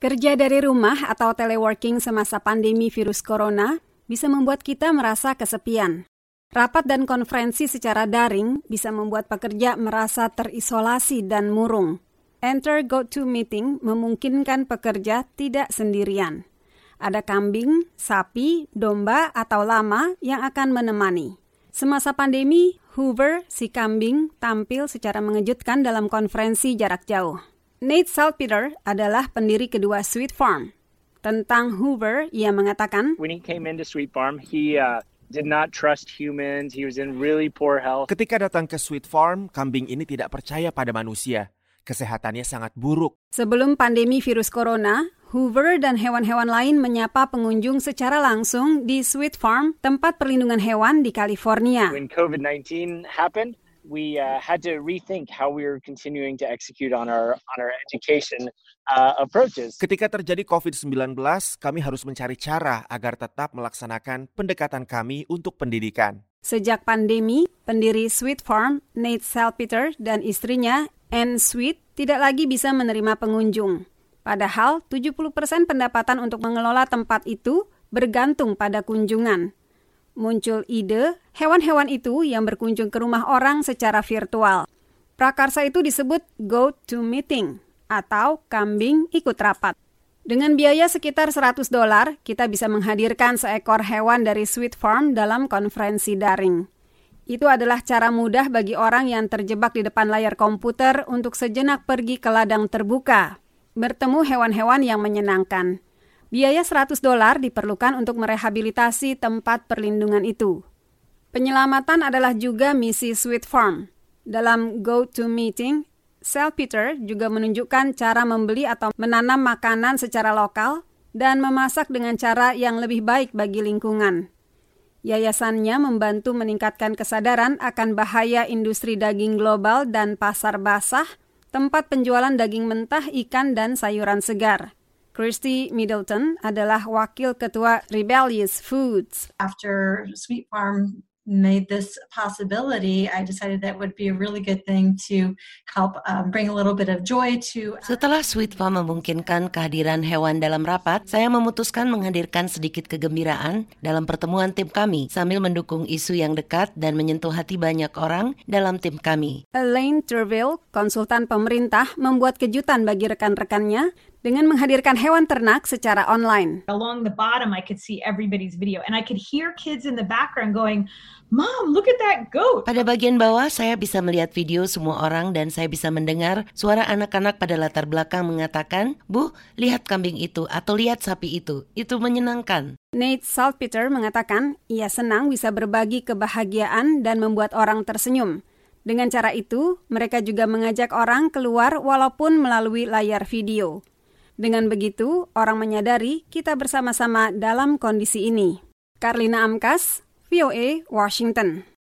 Kerja dari rumah atau teleworking semasa pandemi virus corona bisa membuat kita merasa kesepian. Rapat dan konferensi secara daring bisa membuat pekerja merasa terisolasi dan murung. Enter GoToMeeting memungkinkan pekerja tidak sendirian. Ada kambing, sapi, domba, atau lama yang akan menemani. Semasa pandemi, Hoover, si kambing, tampil secara mengejutkan dalam konferensi jarak jauh. Nate Salpeter adalah pendiri kedua Sweet Farm. Tentang Hoover, ia mengatakan, When he came into Sweet Farm, he did not trust humans. He was in really poor health. Ketika datang ke Sweet Farm, kambing ini tidak percaya pada manusia. Kesehatannya sangat buruk. Sebelum pandemi virus corona, Hoover dan hewan-hewan lain menyapa pengunjung secara langsung di Sweet Farm, tempat perlindungan hewan di California. When COVID-19 happened, we had to rethink how we were continuing to execute on our education approaches. Ketika terjadi COVID-19, kami harus mencari cara agar tetap melaksanakan pendekatan kami untuk pendidikan. Sejak pandemi, pendiri Sweet Farm, Nate Salpeter, dan istrinya, Anne Sweet, tidak lagi bisa menerima pengunjung. Padahal 70% pendapatan untuk mengelola tempat itu bergantung pada kunjungan. Muncul ide hewan-hewan itu yang berkunjung ke rumah orang secara virtual. Prakarsa itu disebut GoToMeeting atau kambing ikut rapat. Dengan biaya sekitar $100, kita bisa menghadirkan seekor hewan dari Sweet Farm dalam konferensi daring. Itu adalah cara mudah bagi orang yang terjebak di depan layar komputer untuk sejenak pergi ke ladang terbuka, bertemu hewan-hewan yang menyenangkan. Biaya $100 diperlukan untuk merehabilitasi tempat perlindungan itu. Penyelamatan adalah juga misi Sweet Farm. Dalam GoToMeeting, Salpeter juga menunjukkan cara membeli atau menanam makanan secara lokal dan memasak dengan cara yang lebih baik bagi lingkungan. Yayasannya membantu meningkatkan kesadaran akan bahaya industri daging global dan pasar basah, tempat penjualan daging mentah, ikan, dan sayuran segar. Christy Middleton adalah wakil ketua Rebellious Foods. After Sweet Farm made this possibility, I decided that would be a really good thing to help bring a little bit of joy to... Setelah Sweet Farm memungkinkan kehadiran hewan dalam rapat, saya memutuskan menghadirkan sedikit kegembiraan dalam pertemuan tim kami sambil mendukung isu yang dekat dan menyentuh hati banyak orang dalam tim kami. Elaine Turville, konsultan pemerintah, membuat kejutan bagi rekan-rekannya dengan menghadirkan hewan ternak secara online. Along the bottom, I could see everybody's video, and I could hear kids in the background going, "Mom, look at that goat." Pada bagian bawah, saya bisa melihat video semua orang dan saya bisa mendengar suara anak-anak pada latar belakang mengatakan, "Bu, lihat kambing itu atau lihat sapi itu. Itu menyenangkan." Nate Salpeter mengatakan, ia senang bisa berbagi kebahagiaan dan membuat orang tersenyum. Dengan cara itu, mereka juga mengajak orang keluar walaupun melalui layar video. Dengan begitu, orang menyadari kita bersama-sama dalam kondisi ini. Karlina Amkas, VOA, Washington.